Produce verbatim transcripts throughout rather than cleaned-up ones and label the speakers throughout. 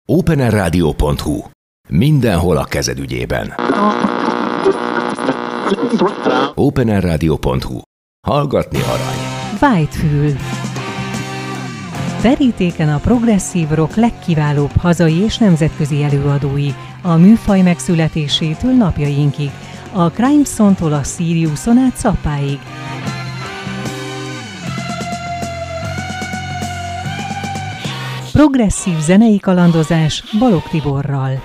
Speaker 1: openerradio pont hu. Mindenhol a kezed ügyében. openerradio pont hu. Hallgatni arany.
Speaker 2: Whitefül. Verítéken a progresszív rock legkiválóbb hazai és nemzetközi előadói, a műfaj megszületésétől napjainkig, a Crimson-tól a Siriuson át Zappáig. Progresszív zenei kalandozás Balogh Tiborral.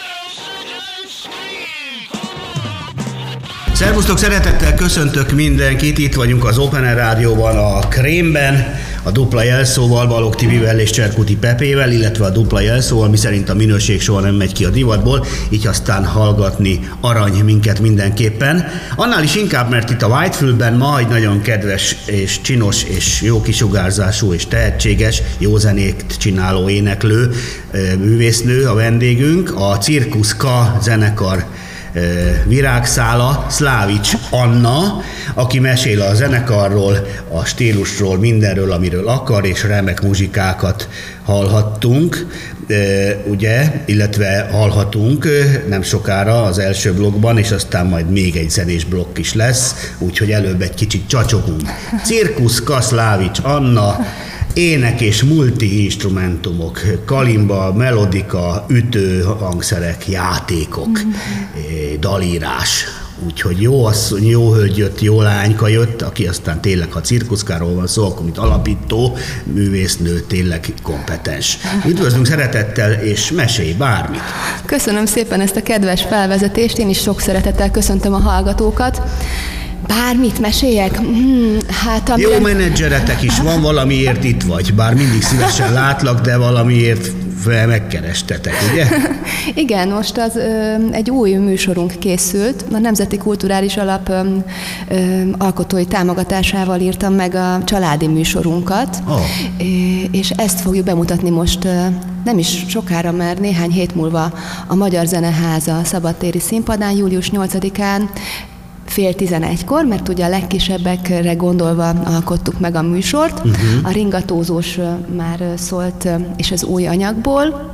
Speaker 3: Szervusztok, szeretettel köszöntök mindenkit, itt vagyunk az Open Air Rádióban, a Krémben, a dupla jelszóval, Balogh Tibivel és Cserkuti Pepével, illetve a dupla jelszóval, miszerint a minőség soha nem megy ki a divatból, így aztán hallgatni arany minket mindenképpen. Annál is inkább, mert itt a Whitefülben ma egy nagyon kedves és csinos és jó kisugárzású és tehetséges, jó zenét csináló éneklő, művésznő a vendégünk, a Cirkusz K zenekar virágszála, Szlávics Anna, aki mesél a zenekarról, a stílusról, mindenről, amiről akar, és remek muzsikákat hallhattunk, ugye, illetve hallhatunk nem sokára az első blokkban, és aztán majd még egy zenés blokk is lesz, úgyhogy előbb egy kicsit csacsogunk. Cirkusz K, Szlávics Anna, ének és multi-instrumentumok, kalimba, melodika, ütő hangszerek, játékok, mm. dalírás. Úgyhogy jó asszony, jó hölgy jött, jó lányka jött, aki aztán tényleg, ha cirkuszkáról van szó, akkor mint alapító, művésznő, tényleg kompetens. Üdvözlünk szeretettel, és mesélj bármit!
Speaker 4: Köszönöm szépen ezt a kedves felvezetést, én is sok szeretettel köszöntöm a hallgatókat. Bármit meséljek? Hmm, hát amire...
Speaker 3: Jó menedzseretek is van, valamiért itt vagy, bár mindig szívesen látlak, de valamiért megkerestetek, ugye?
Speaker 4: Igen, most az ö, egy új műsorunk készült. A Nemzeti Kulturális Alap ö, ö, alkotói támogatásával írtam meg a családi műsorunkat, oh. és ezt fogjuk bemutatni most ö, nem is sokára, mert néhány hét múlva a Magyar Zeneháza szabadtéri színpadán, július nyolcadikán, fél tizenegykor, mert ugye a legkisebbekre gondolva alkottuk meg a műsort. Uh-huh. A ringatózós már szólt, és az új anyagból.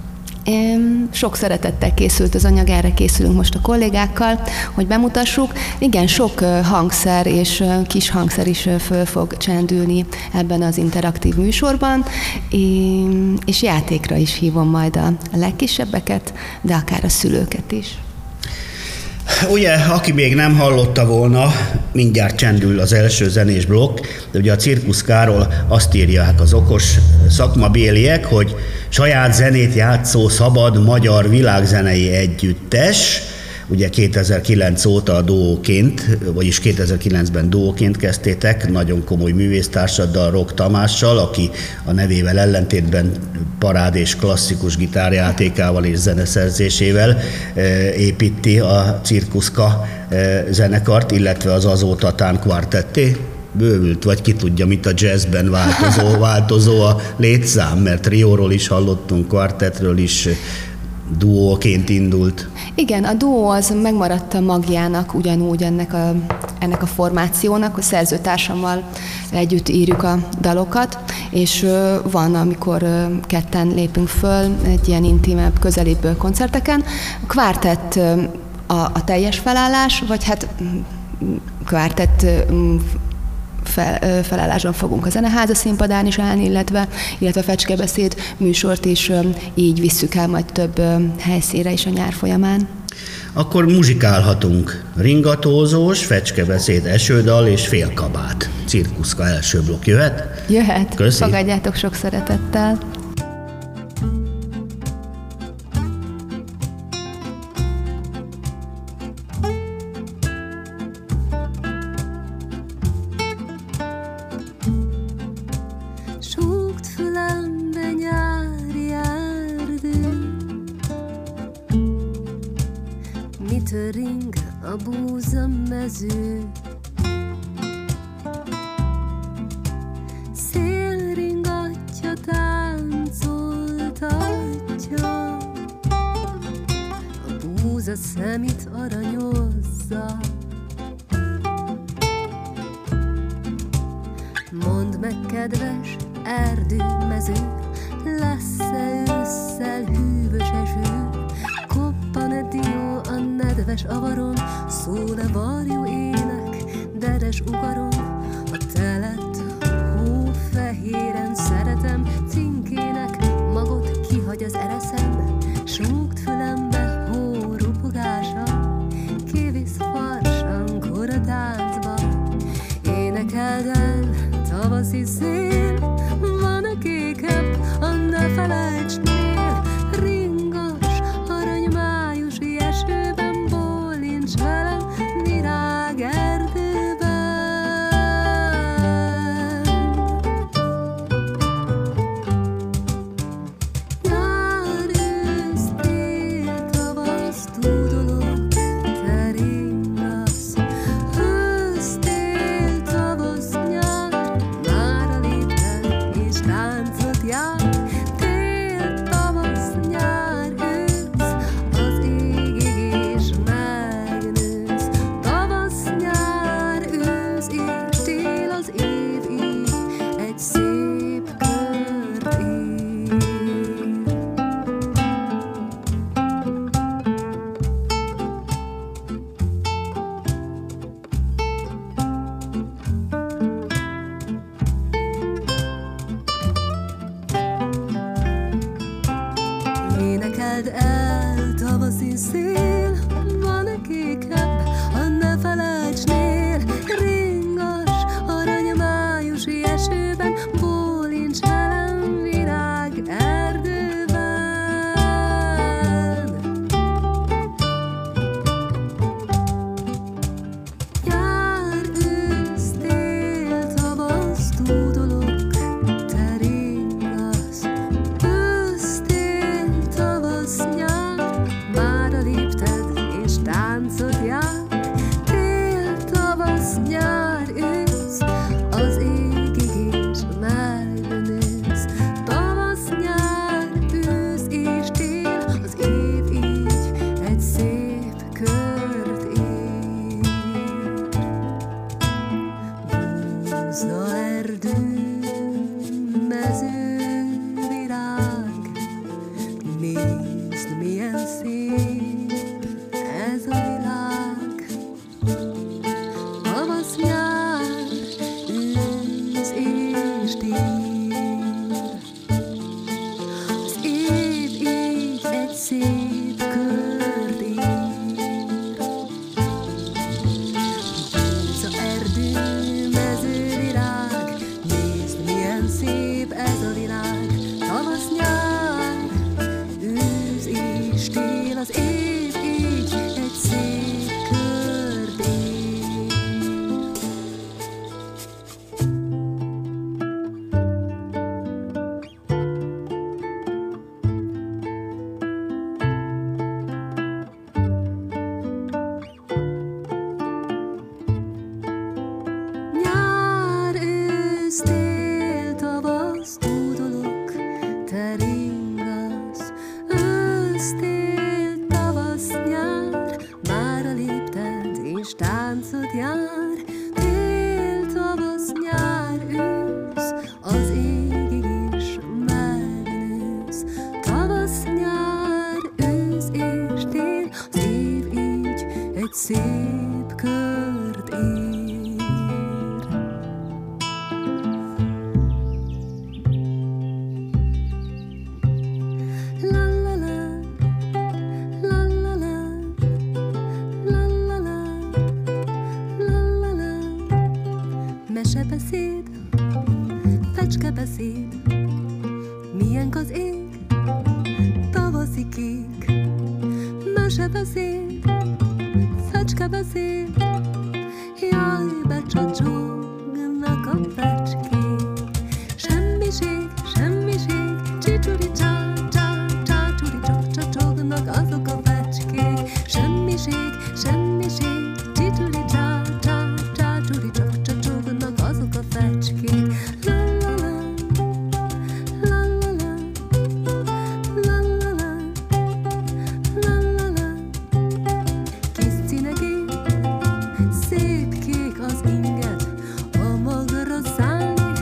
Speaker 4: Sok szeretettel készült az anyag, erre készülünk most a kollégákkal, hogy bemutassuk. Igen, sok hangszer és kis hangszer is föl fog csendülni ebben az interaktív műsorban, és játékra is hívom majd a legkisebbeket, de akár a szülőket is.
Speaker 3: Ugye, aki még nem hallotta volna, mindjárt csendül az első zenés blokk, de ugye a Cirkusz K-ról azt írják az okos szakmabéliek, hogy saját zenét játszó szabad magyar világzenei együttes, ugye kétezer-kilenc óta a duóként, vagyis kétezer-kilencben duóként kezdtétek, nagyon komoly művésztársaddal, Rock Tamással, aki a nevével ellentétben parád és klasszikus gitárjátékával és zeneszerzésével építi a Cirkusz K zenekart, illetve az azóta tán kvartetté bővült, vagy ki tudja, mit a jazzben változó, változó a létszám, mert trióról is hallottunk, kvartetről is, duóként indult.
Speaker 4: Igen, a duó az megmaradt a magjának ugyanúgy ennek a, ennek a formációnak, a szerzőtársammal együtt írjuk a dalokat, és van, amikor ketten lépünk föl egy ilyen intimebb, közelibb koncerteken. A kvártett a, a teljes felállás, vagy hát kvártett Fel, felállásban fogunk a Zeneháza színpadán is állni, illetve, illetve a Fecskebeszéd műsort is így visszük el majd több helyszínre is a nyár folyamán.
Speaker 3: Akkor muzsikálhatunk. Ringatózós, Fecskebeszéd, esődal és félkabát. Cirkusz K első blokk jöhet?
Speaker 4: Jöhet.
Speaker 3: Köszi.
Speaker 4: Fogadjátok sok szeretettel.
Speaker 5: Ring a búza mező, szél ringatja, táncoltatja, a búza szemét aranyozza. Mondd meg, kedves erdőmező, lesz-e ősszel heves avaron, szól-e varjú ének, deres ugaron, a telet hófehéren szeretem, cinkének magot kihagy az ereszembe, súgt fülembe hó rupogása, kivisz farsankor a táncba. Énekeld el, tavaszi szél, van a kékebb, a ne felejtsnél, ringas, aranymájusi esőben bólincs velem, virágerdőben. Nyár, ősz, tél, tavasz, tudolok, te ringasz. Ősz, tél, tavasz, nyár, már a lépten és táncot jár. Tél, tavasz, nyár, ősz, az égig és megnősz. Tavasz, nyár, ősz és tél, az év így egy szép kört ír. Énekeld el, tavaszi szél, van a kékebb, a ne felejtsnél, ringas, aranymájusi esőben, bólincs velem, virág erdőben. Nyár, ősz, tél, tavasz, tudolok, te ringasz. Ősz, tél, tavasz, nyár, már a lépted és táncot jár. Tél, tavasz, nyár, ősz, az égig és megnősz. Tavasz, nyár, ősz és tél, az év így egy szép kört ír. Búza, erdő, mező, virág, nézd, milyen szép ez a világ. Tavasz, nyár, ősz és tél, az év így egy szép kört ír. Búza, erdő, mező, virág, nézd, milyen szép ez a világ. Tavasz, nyár, ősz és tél, az év így egy szép kört ír. Nyár, ősz, tél, tavasz, tudolok, te ringasz. Ősz, tél, tavasz, nyár, már a lépted és táncot jár. Tél, tavasz, nyár, ősz, az égig is megnősz. Tavasz, nyár, ősz és tél, az év így egy szép kört ír. La la la, la la la, la la la, la la la. Mesebeszéd, fecskebeszéd, milyenk az ég, tavaszi kék. Mesebeszéd, fecskebeszéd, jaj, becsacsognak a fecskék. Semmiség, semmiség, csicsuri csá, csá, csá, csuri csok, csacsognak azok a fecskék. Semmiség, semmiség, csicsuri csá, csá, csá, csuri csok, csacsognak azok a fecskék. La la la, la la la, la la la, la la la. Kis cinegék, szép kék az inged, a magra szállni,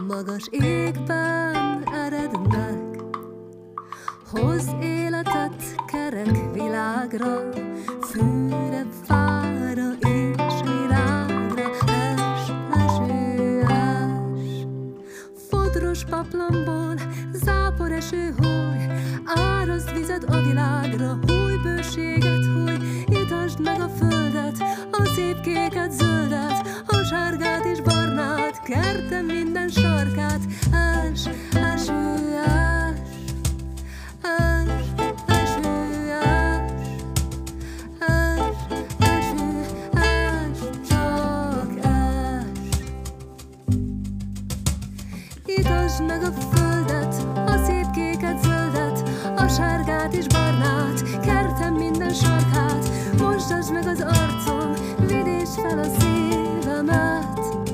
Speaker 5: magas égben erednek. Hozz életet kerek világra, fűre, fára és virágra. Es, eső, es. Fodros paplanból zápor eső húj, árazd vizet a világra, húj bőséget, húj, itasd meg a földet, a szép kéket, zöldet, a sárgát és barnát, kertem minden sarkát. Es, eső, es. Es, eső, es. Es, eső, es. Csak es. Itasd meg a földet, a szép kéket, zöldet, a sárgát és barnát, kertem minden sarkát. Mosdasd meg az arcom, vidítsd fel a szívemet.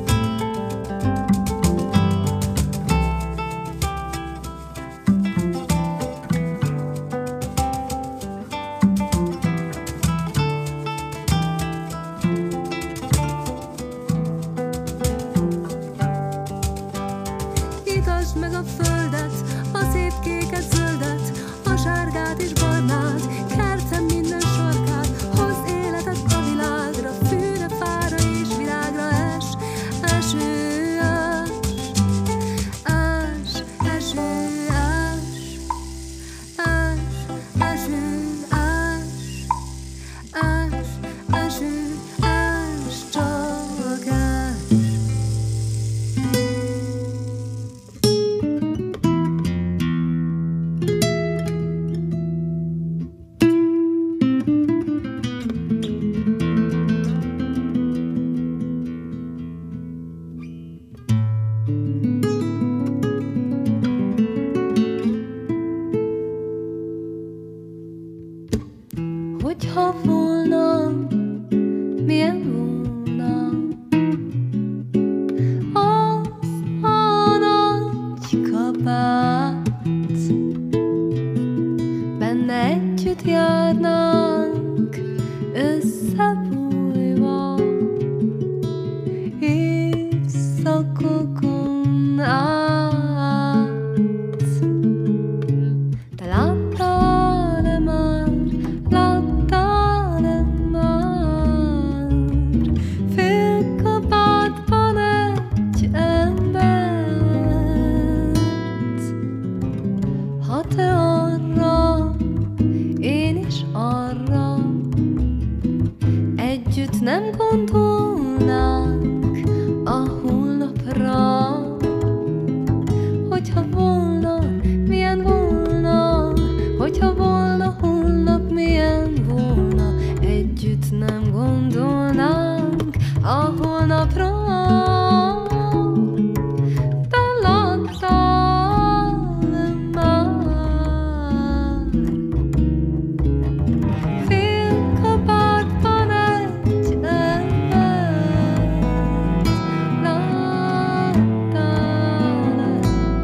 Speaker 5: Itasd meg a földet, a szép kéket, zöldet, a sárgát és barnát, kertem minden sarkát. Hozz életet a világra, fűre, fára és virágra. Es, eső, es. Es, eső, es. Es, eső, es. Es, eső, es. Csak es. Hogyha volna, milyen volna az a nagy kabát, benne együtt járnánk összebújva, éjszakokon át. Te láttál-e már, láttál-e már félkabátban egy embert? Ha te arra, én is arra, együtt nem gondolnánk a holnapra. Hogyha volna, milyen volna, hogyha volna holnap, milyen volna, együtt nem gondolnánk a holnapra. Te láttál-e már félkabátban egy embert? Láttál-e?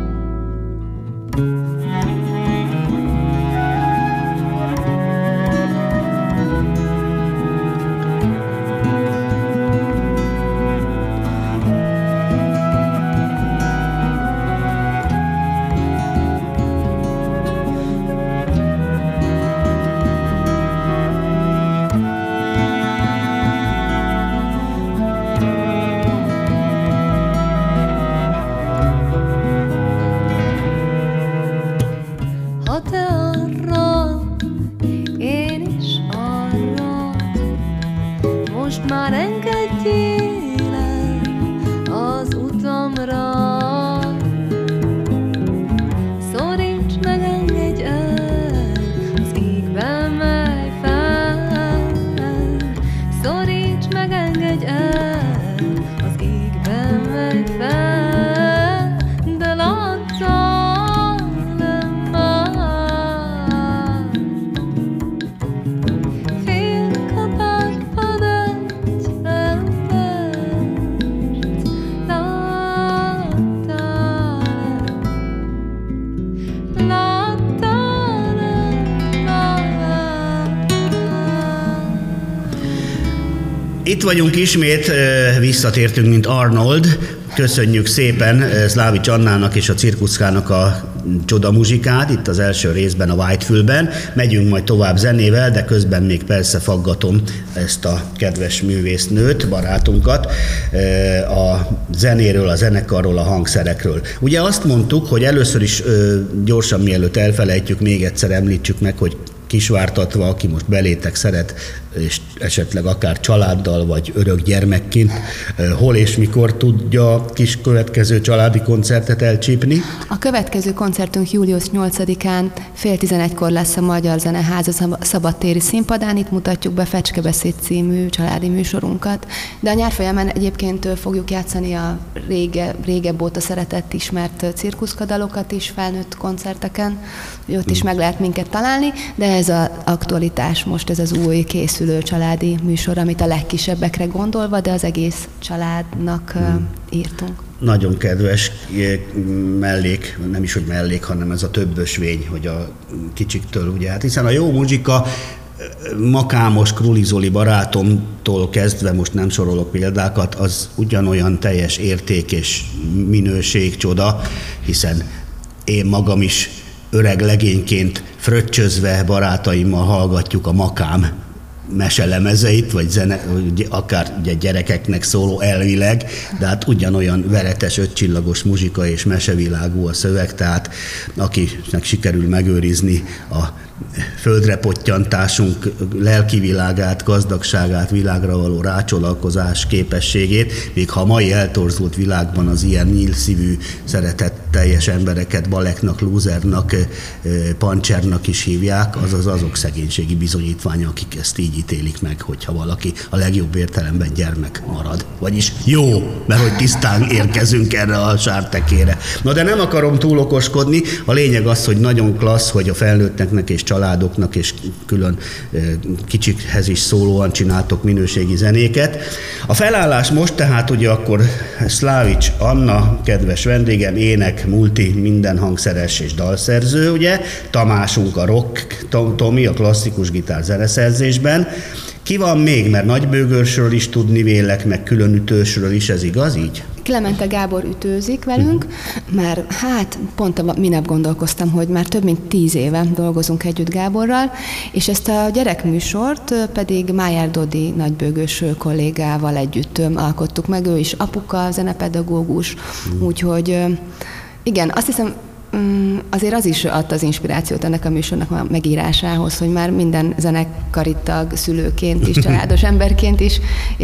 Speaker 5: Ha te arra, én is arra, most már engedjél az utamra. Szoríts meg, engedj el, az égben mely fel. Szoríts meg, engedj el, az égben mely fel. De láttál-e már félkabátban egy embert? Láttál-e? Láttál-e már?
Speaker 3: Itt vagyunk ismét, visszatértünk, mint Arnold. köszönjük szépen Szlávics Annának és a Cirkuszkának a csoda muzsikát, itt az első részben a Whitefülben. Megyünk majd tovább zenével, de közben még persze faggatom ezt a kedves művésznőt, barátunkat, a zenéről, a zenekarról, a hangszerekről. Ugye azt mondtuk, hogy először is gyorsan mielőtt elfelejtjük, még egyszer említsük meg, hogy Kisvártatva, aki most belétek szeret, és esetleg akár családdal, vagy örök gyermekként, hol és mikor tudja a kis következő családi koncertet elcsípni?
Speaker 4: A következő koncertünk július nyolcadikán fél tizenegykor lesz a Magyar Zeneház a szabadtéri színpadán. Itt mutatjuk be Fecskebeszéd című családi műsorunkat. De a nyár folyamán egyébként fogjuk játszani a rége, régebb óta szeretett, ismert cirkuszkadalokat is felnőtt koncerteken. Ott is meg lehet minket találni, de ez az aktualitás most, ez az új készülő családi műsor, amit a legkisebbekre gondolva, de az egész családnak hmm. írtunk.
Speaker 3: Nagyon kedves mellék, nem is hogy mellék, hanem ez a többösvény, hogy a kicsiktől, ugye, hát hiszen a jó muzsika, Makámos Kruli Zoli barátomtól kezdve, most nem sorolok példákat, az ugyanolyan teljes érték és minőség csoda, hiszen én magam is öreg legényként fröccsözve barátaimmal hallgatjuk a Makám meselemezeit, vagy zene, akár ugye gyerekeknek szóló elvileg, de hát ugyanolyan veretes, ötcsillagos muzsika és mesevilágú a szöveg, tehát akinek sikerül megőrizni a földre pottyantásunk lelkivilágát, gazdagságát, világra való rácsolalkozás képességét, még ha a mai eltorzult világban az ilyen nyílszívű, szeretetteljes embereket baleknak, lúzernak, pancsernak is hívják, azaz azok szegénységi bizonyítványa, akik ezt így ítélik meg, hogyha valaki a legjobb értelemben gyermek marad. Vagyis jó, mert hogy tisztán érkezünk erre a sártekére. Na de nem akarom túl okoskodni, a lényeg az, hogy nagyon klassz, hogy a felnőtteknek és családoknak és külön kicsikhez is szólóan csináltok minőségi zenéket. A felállás most tehát ugye akkor Szlávics Anna, kedves vendégem, ének, multi, minden hangszeres és dalszerző, ugye, Tamásunk a rock, Tomi a klasszikus gitár zeneszerzésben. Ki van még, mert Nagybőgőrsről is tudni vélek, meg különütősről is, ez igaz így?
Speaker 4: Clemente Gábor ütőzik velünk, már hát pont a minap gondolkoztam, hogy már több mint tíz éve dolgozunk együtt Gáborral, és ezt a gyerekműsort pedig Májár Dodi nagybőgős kollégával együtt alkottuk meg, ő is apuka, zenepedagógus, mm. úgyhogy igen, azt hiszem, azért az is adta az inspirációt ennek a műsornak a megírásához, hogy már minden zenekari tag szülőként is, családos emberként is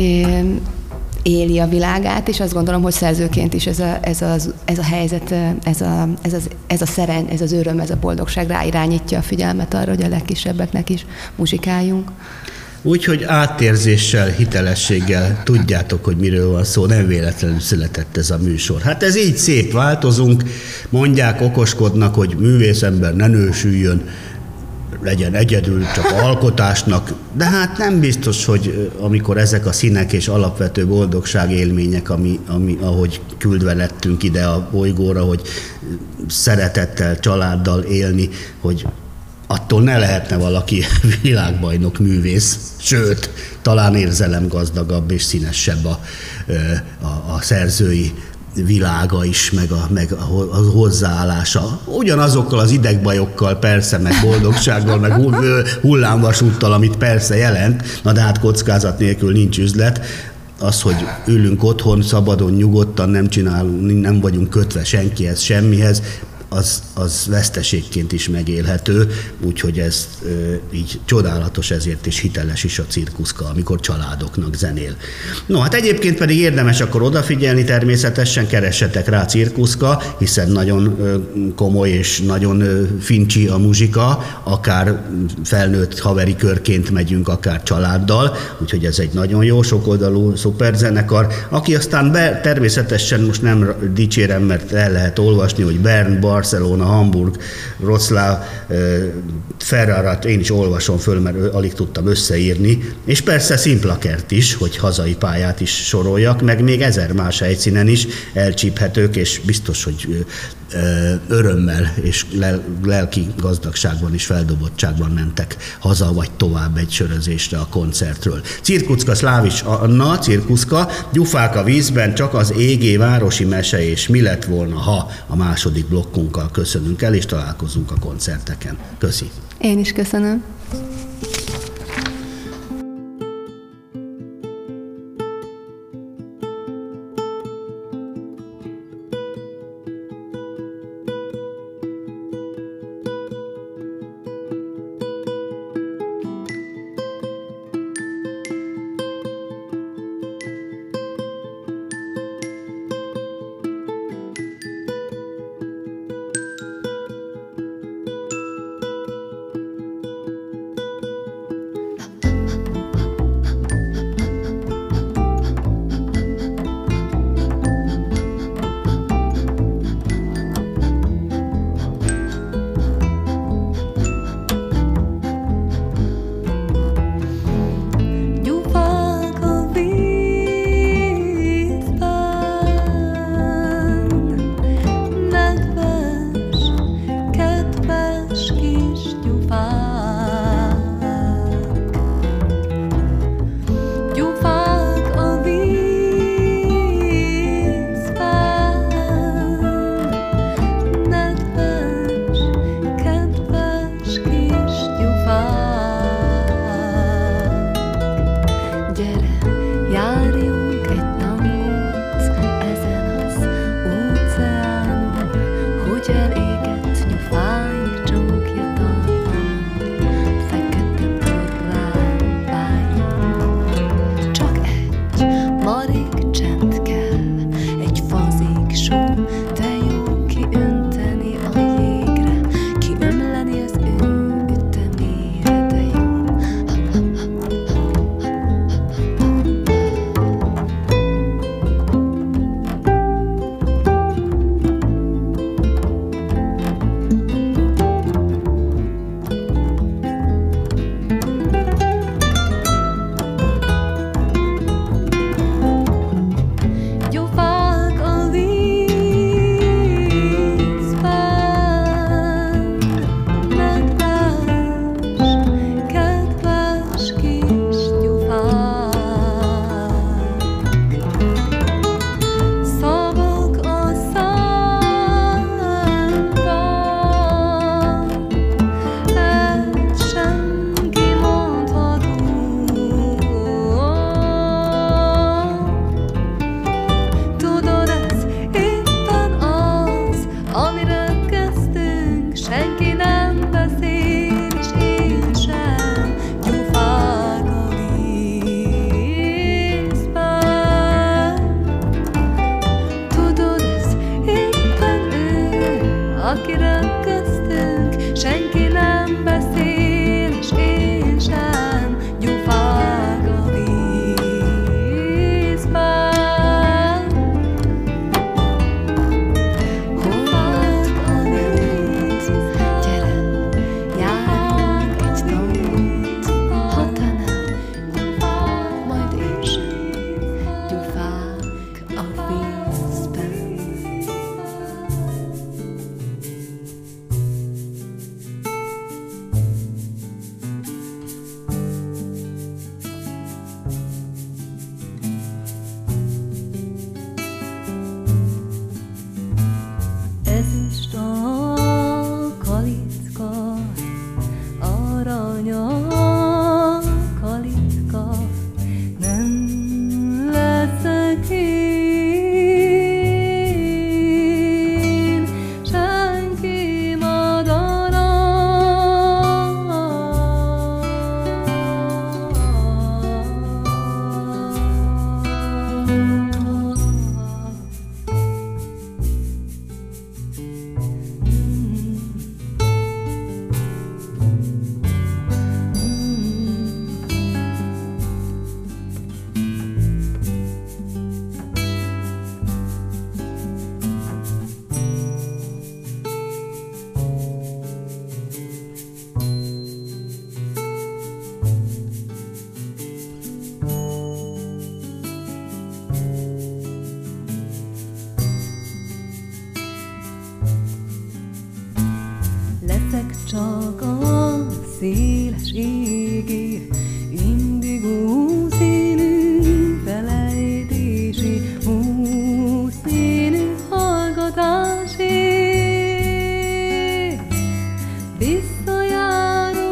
Speaker 4: éli a világát, és azt gondolom, hogy szerzőként is ez a, ez az, ez a helyzet, ez a, ez, az, ez a szeren, ez az öröm, ez a boldogság ráirányítja a figyelmet arra, hogy a legkisebbeknek is muzsikáljunk.
Speaker 3: Úgyhogy átérzéssel, hitelességgel tudjátok, hogy miről van szó, nem véletlenül született ez a műsor. Hát ez így szép, változunk, mondják, okoskodnak, hogy művészember ne nősüljön, legyen egyedül csak alkotásnak, de hát nem biztos, hogy amikor ezek a színek és alapvető boldogság élmények, ami, ami, ahogy küldve lettünk ide a bolygóra, hogy szeretettel, családdal élni, hogy attól ne lehetne valaki világbajnok művész, sőt, talán érzelemgazdagabb és színesebb a, a, a szerzői világa is, meg a, meg a hozzáállása. Ugyanazokkal az idegbajokkal persze, meg boldogsággal, meg hullámvasúttal, amit persze jelent, na de hát kockázat nélkül nincs üzlet. Az, hogy ülünk otthon, szabadon, nyugodtan, nem csinálunk, nem vagyunk kötve senkihez, semmihez, az, az veszteségként is megélhető, úgyhogy ez e, így csodálatos, ezért is hiteles is a cirkuszka, amikor családoknak zenél. No, hát egyébként pedig érdemes akkor odafigyelni, természetesen keressetek rá cirkuszka, hiszen nagyon komoly és nagyon fincsi a muzsika, akár felnőtt haveri körként megyünk, akár családdal, úgyhogy ez egy nagyon jó, sokoldalú szuperzenekar, aki aztán be, természetesen most nem dicsérem, mert el lehet olvasni, hogy Bern, Barcelona, Hamburg, Wroclaw, Ferrarat én is olvasom föl, mert alig tudtam összeírni, és persze Szimplakert is, hogy hazai pályát is soroljak, meg még ezer más helyszínen is elcsíphetők, és biztos, hogy örömmel és lelki gazdagságban és feldobottságban mentek haza, vagy tovább egy sörözésre a koncertről. Cirkuszka Szlávics Anna, Cirkuszka, Gyufák a vízben, csak az égé városi mese, és mi lett volna, ha a második blokkunkkal köszönünk el, és találkozunk a koncerteken. Köszi.
Speaker 4: Én is köszönöm.
Speaker 5: széles égér, indigó színű felejtési, húszszínű hallgatásé. Visszajáró,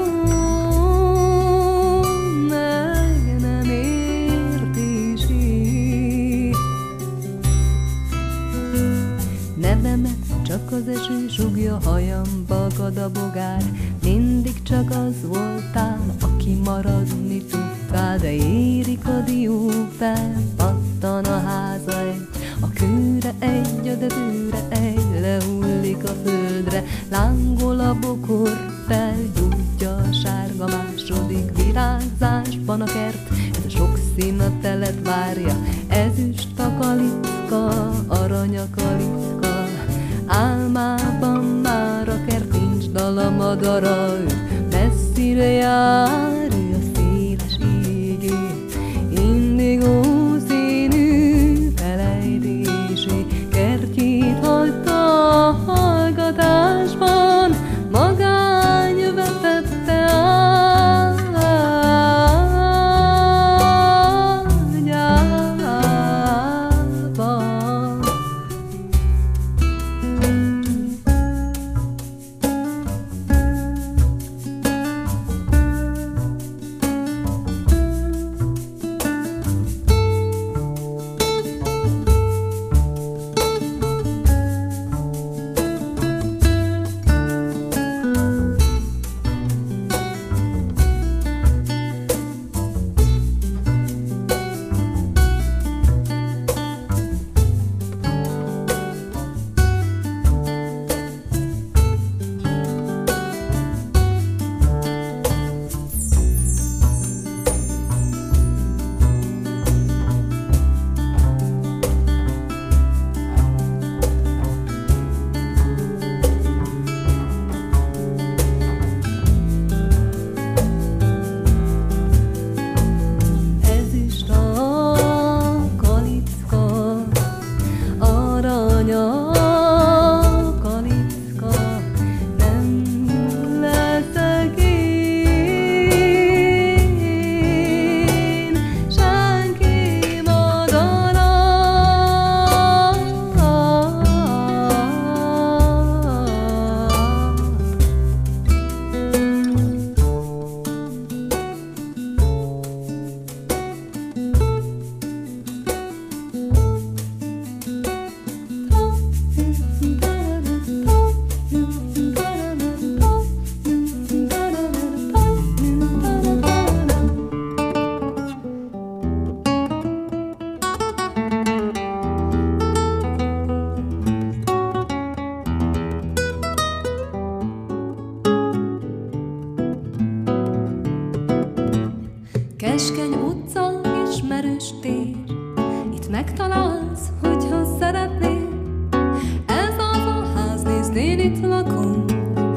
Speaker 5: meg nem értési. Nevemet csak az eső sugja, hajamba akad a bogár, mindig csak az voltál, aki maradni tudtál, de érik a diók fel, pattan a háza egy, a kőre egy, a dedőre egy, lehullik a földre, lángol a bokor, felgyújtja a sárga második virágzásban a kert, ez a sok szín a telet várja, ezüst a kalicka, arany a kalicka. Álmában már a kert nincs, dal a madara, ő messzire jár, ő a széles égé, indigó színű felejtési, kertjét hagyta a hallgatásban, magány vetette ágyában. Keskeny utca, ismerős tér, itt megtalálsz, hogyha szeretnél. Ez az a ház, nézd, én itt lakom,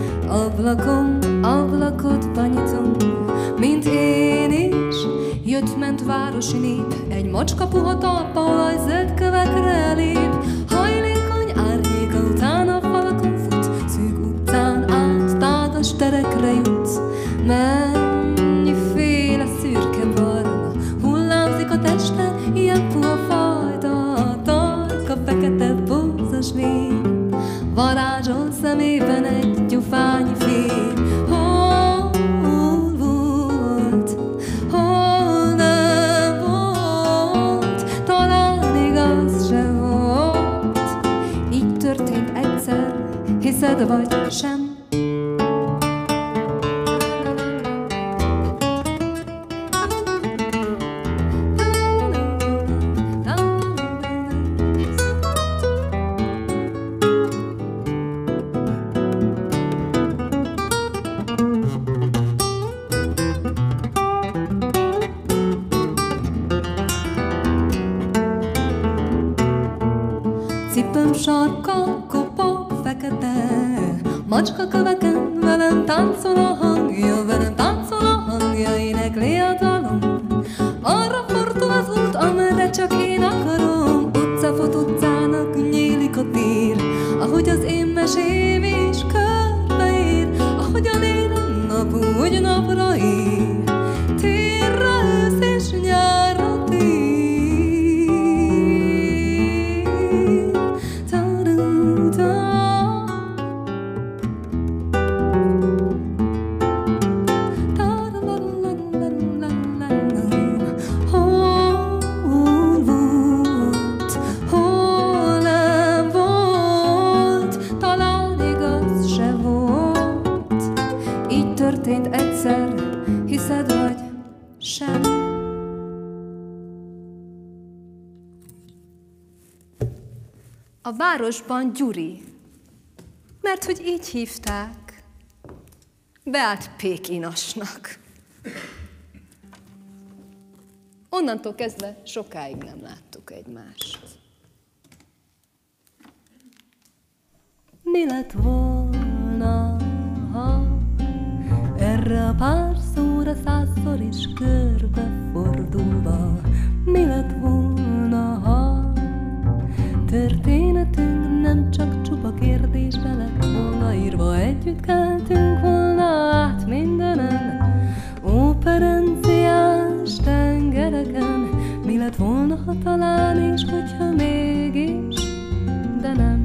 Speaker 5: ablakon, ablakot banyitom, mint én is. Jött-ment városi nép, egy macska puha talpa, olajzöld kövekre lép. Hajlékony árnyéka után a falakon fut, szűk utcán át, tágas terekre jutsz. Mennyiféle szürke barna hullámzik a testen, ilyen puha fajta, a tarka fekete bózas lény. Varázsol szemében egy gyufányi fény. Hol volt, hol nem volt, talán igaz se volt. Így történt egyszer, hiszed vagy sem. Cipőm sarka, kopog fekete, macska köveken, velem táncol a hangja, velem táncol a hangja, énekli a dalom. Arra fordul az út, amerre csak én akarom, utcafot utcának nyílik a tér, ahogy az én mesém is körbeér, ahogy a lélem napú hogy napra él, térre ősz és nyárra tél. Hol volt, hol nem volt, talán igaz se volt. Így történt egyszer, hiszed vagy sem. A városban Gyuri, mert hogy így hívták, beállt Pékinasnak. Onnantól kezdve sokáig nem láttuk egymást. Mi lett volna, ha erre a pár szóra százszor is körbefordulva? Mi lett volna, ha történetünk nem csak csupa kérdésbe lett volna írva? Együtt keltünk volna át mindenen, operenciás tengereken. Mi lett volna, ha talán és hogyha mégis, de nem.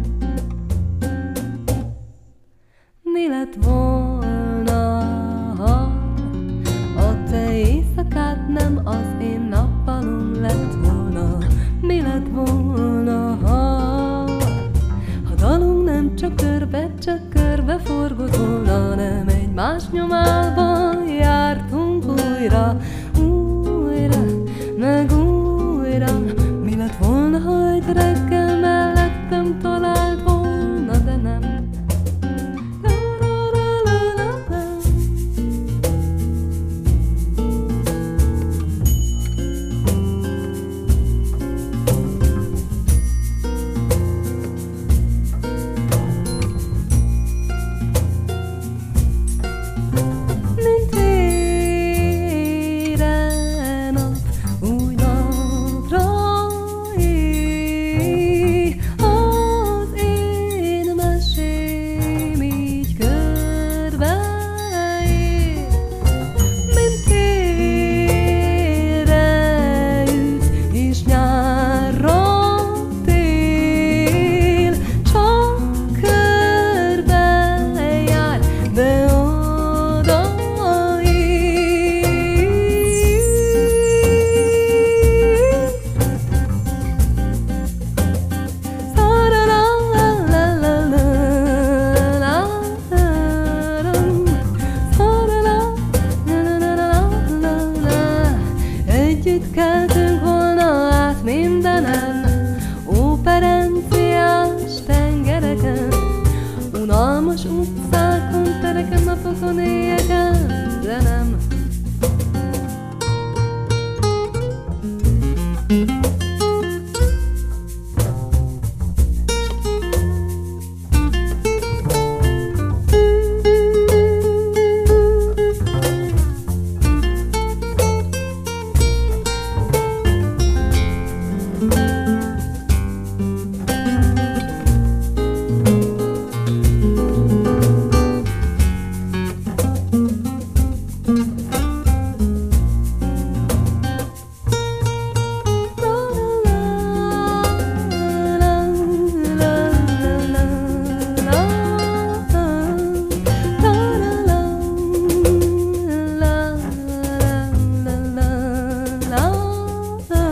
Speaker 5: Mi lett volna, ha a te éjszakád nem az én nappalom lett volna? Mi lett volna, ha a dalunk nem csak körbe, csak körbe forgott volna, nem egymás nyomában jártunk újra, újra, meg újra. Mi lett volna, ha egy reggel mellettem talált volna, de nem.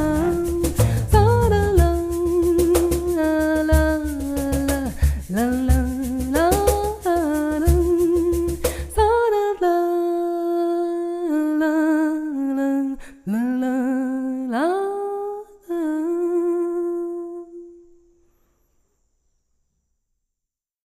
Speaker 5: La la